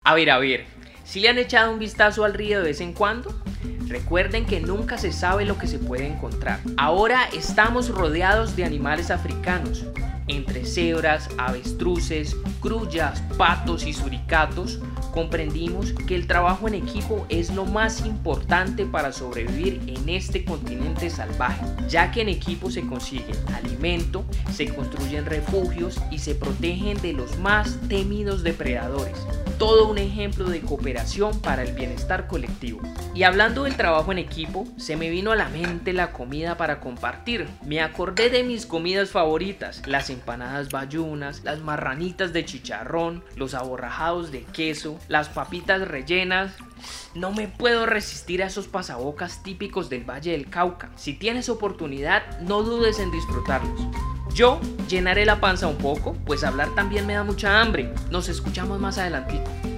A ver, ¿si le han echado un vistazo al río de vez en cuando? Recuerden que nunca se sabe lo que se puede encontrar. Ahora estamos rodeados de animales africanos, entre cebras, avestruces, grullas, patos y suricatos. Comprendimos que el trabajo en equipo es lo más importante para sobrevivir en este continente salvaje, ya que en equipo se consigue alimento, se construyen refugios y se protegen de los más temidos depredadores. Todo un ejemplo de cooperación para el bienestar colectivo. Y hablando del trabajo en equipo, se me vino a la mente la comida para compartir. Me acordé de mis comidas favoritas, las empanadas bayunas, las marranitas de chicharrón, los aborrajados de queso, las papitas rellenas. No me puedo resistir a esos pasabocas típicos del Valle del Cauca. Si tienes oportunidad, no dudes en disfrutarlos. Yo llenaré la panza un poco, pues hablar también me da mucha hambre. Nos escuchamos más adelantito.